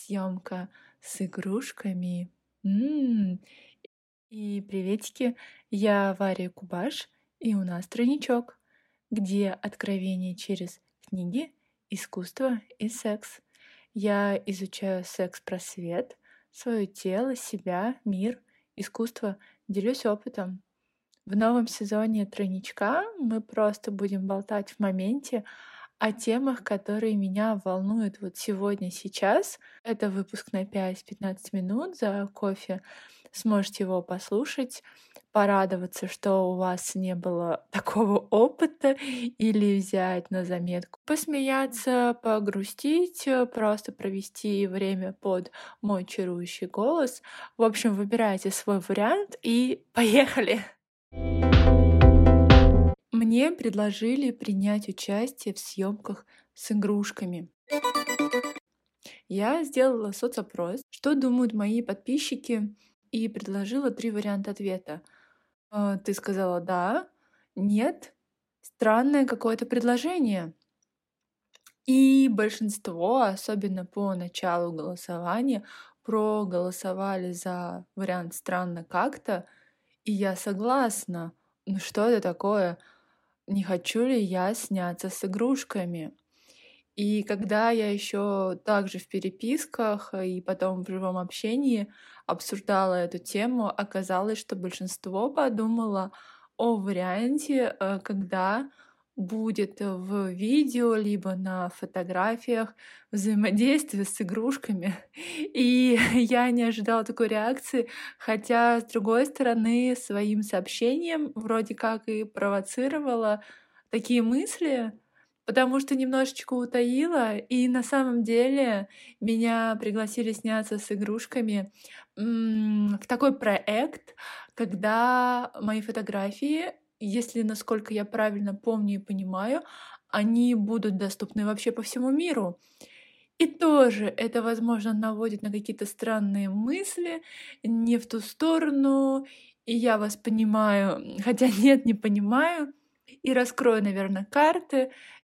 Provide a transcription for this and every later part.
съемка с игрушками. М, И приветики, я Варя Кубаш, и у нас тройничок, где откровение через книги, искусство и секс. Я изучаю секс-просвет, свое тело, себя, мир, искусство, делюсь опытом. В новом сезоне тройничка мы просто будем болтать в моменте о темах, которые меня волнуют вот сегодня, сейчас. Это выпуск на 5-15 минут за кофе. Сможете его послушать, порадоваться, что у вас не было такого опыта, или взять на заметку, посмеяться, погрустить, просто провести время под мой чарующий голос. В общем, выбирайте свой вариант и поехали! Мне предложили принять участие в съемках с игрушками. Я сделала соцопрос, что думают мои подписчики, и предложила 3 варианта ответа. Ты сказала «да», «нет», «странное какое-то предложение». И большинство, особенно по началу голосования, проголосовали за вариант «странно как-то», и я согласна. Ну что это такое? Не хочу ли я сняться с игрушками? И когда я еще также в переписках и потом в живом общении обсуждала эту тему, оказалось, что большинство подумало о варианте, когда будет в видео либо на фотографиях взаимодействие с игрушками. И я не ожидала такой реакции, хотя, с другой стороны, своим сообщением вроде как и провоцировала такие мысли, потому что немножечко утаила, и на самом деле меня пригласили сняться с игрушками, в такой проект, когда мои фотографии, если, насколько я правильно помню и понимаю, они будут доступны вообще по всему миру. И тоже это, возможно, наводит на какие-то странные мысли, не в ту сторону. И я вас понимаю, хотя нет, не понимаю. И раскрою, наверное, карты.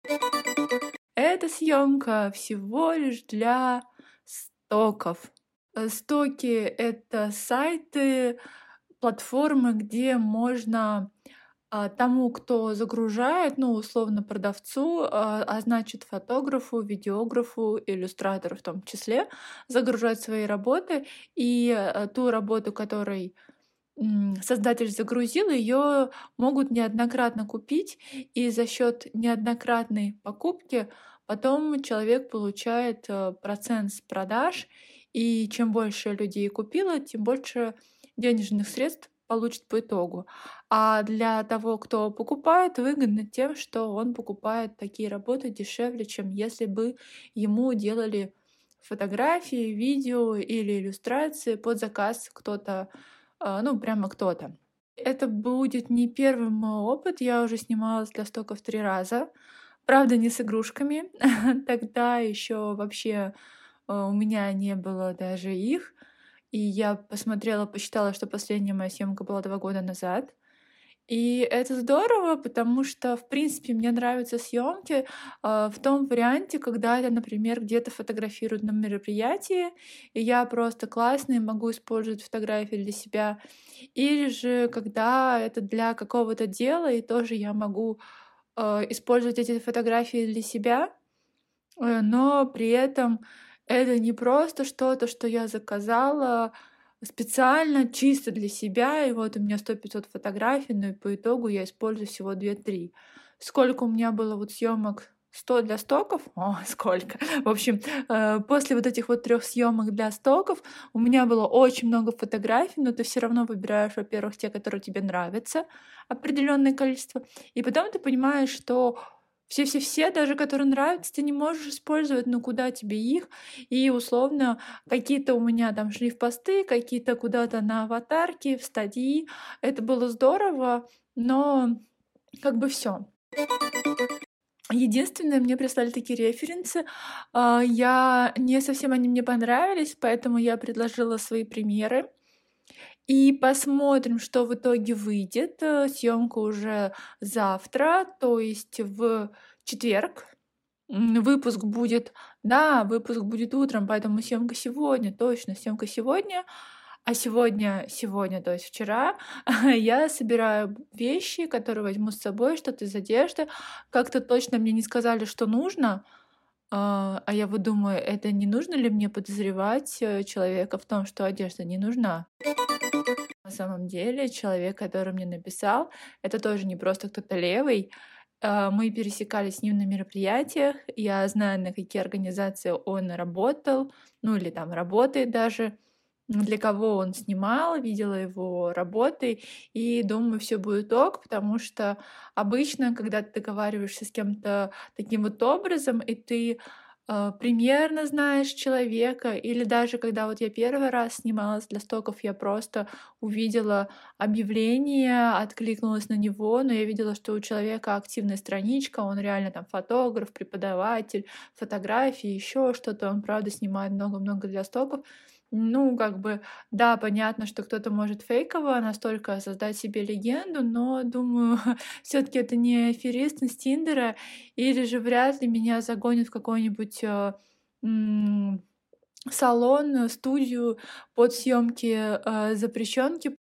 Эта съемка всего лишь для стоков. Стоки — это сайты, платформы, где можно тому, кто загружает, ну, условно, продавцу, а значит, фотографу, видеографу, иллюстратору в том числе, загружать свои работы. И ту работу, которой создатель загрузил, ее могут неоднократно купить, и за счет неоднократной покупки потом человек получает процент с продаж, и чем больше людей купило, тем больше денежных средств получит по итогу. А для того, кто покупает, выгодно тем, что он покупает такие работы дешевле, чем если бы ему делали фотографии, видео или иллюстрации под заказ кто-то, ну, прямо кто-то. Это будет не первый мой опыт. Я уже снималась для стоков 3 раза. Правда, не с игрушками. Тогда еще вообще у меня не было даже их. И я посмотрела, посчитала, что последняя моя съемка была 2 года назад. И это здорово, потому что, в принципе, мне нравятся съемки в том варианте, когда это, например, где-то фотографируют на мероприятии, и я просто классная, могу использовать фотографии для себя. Или же когда это для какого-то дела, и тоже я могу использовать эти фотографии для себя, но при этом это не просто что-то, что я заказала специально, чисто для себя, и вот у меня 100-500 фотографий, но и по итогу я использую всего 2-3. Сколько у меня было вот съемок? 100 для стоков? О, сколько! В общем, после вот этих вот 3 съемок для стоков у меня было очень много фотографий, но ты все равно выбираешь, во-первых, те, которые тебе нравятся, определенное количество, и потом ты понимаешь, что все-все-все, даже которые нравятся, ты не можешь использовать, ну куда тебе их? И условно какие-то у меня там шли в посты, какие-то куда-то на аватарки, в статьи. Это было здорово, но как бы все. Единственное, мне прислали такие референсы. Я не совсем они мне понравились, поэтому я предложила свои примеры. И посмотрим, что в итоге выйдет. Съемка уже завтра, то есть в четверг. выпуск будет, да, выпуск будет утром, поэтому съемка сегодня, точно, съемка сегодня. А сегодня, то есть вчера, я собираю вещи, которые возьму с собой, что-то из одежды. Как-то точно мне не сказали, что нужно, а я вот думаю, это не нужно ли мне подозревать человека в том, что одежда не нужна? На самом деле, человек, который мне написал, это тоже не просто кто-то левый. Мы пересекались с ним на мероприятиях. Я знаю, на какие организации он работал, ну или там работает даже, для кого он снимал, видела его работы, и думаю, все будет ок, потому что обычно, когда ты договариваешься с кем-то таким вот образом, и ты примерно знаешь человека, или даже когда вот я первый раз снималась для стоков, я просто увидела объявление, откликнулась на него, но я видела, что у человека активная страничка, он реально там фотограф, преподаватель, фотографии, еще что-то, он правда снимает много-много для стоков. Ну, как бы, да, понятно, что кто-то может фейково настолько создать себе легенду, но думаю, все-таки это не аферист из Тиндера, или же вряд ли меня загонят в какой-нибудь м, салон, студию под съемки запрещенки.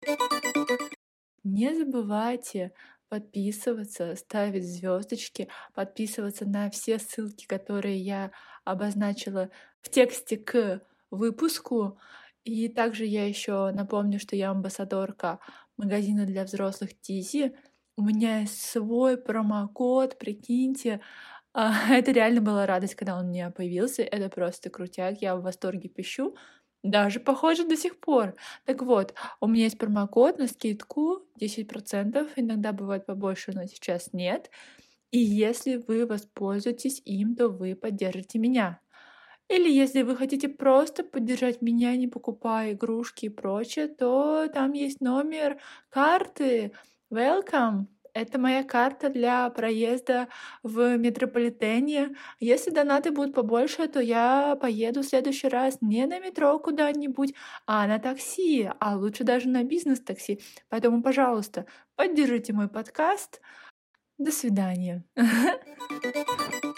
Не забывайте подписываться, ставить звездочки, подписываться на все ссылки, которые я обозначила в тексте к выпуску. И также я еще напомню, что я амбассадорка магазина для взрослых Тизи. У меня есть свой промокод, прикиньте. Это реально была радость, когда он у меня появился. Это просто крутяк, я в восторге пищу. Даже, похоже, до сих пор. Так вот, у меня есть промокод на скидку 10%, иногда бывает побольше, но сейчас нет. И если вы воспользуетесь им, то вы поддержите меня. Или если вы хотите просто поддержать меня, не покупая игрушки и прочее, то там есть номер карты. Welcome! Это моя карта для проезда в метрополитене. Если донаты будут побольше, то я поеду в следующий раз не на метро куда-нибудь, а на такси, а лучше даже на бизнес-такси. Поэтому, пожалуйста, поддержите мой подкаст. До свидания.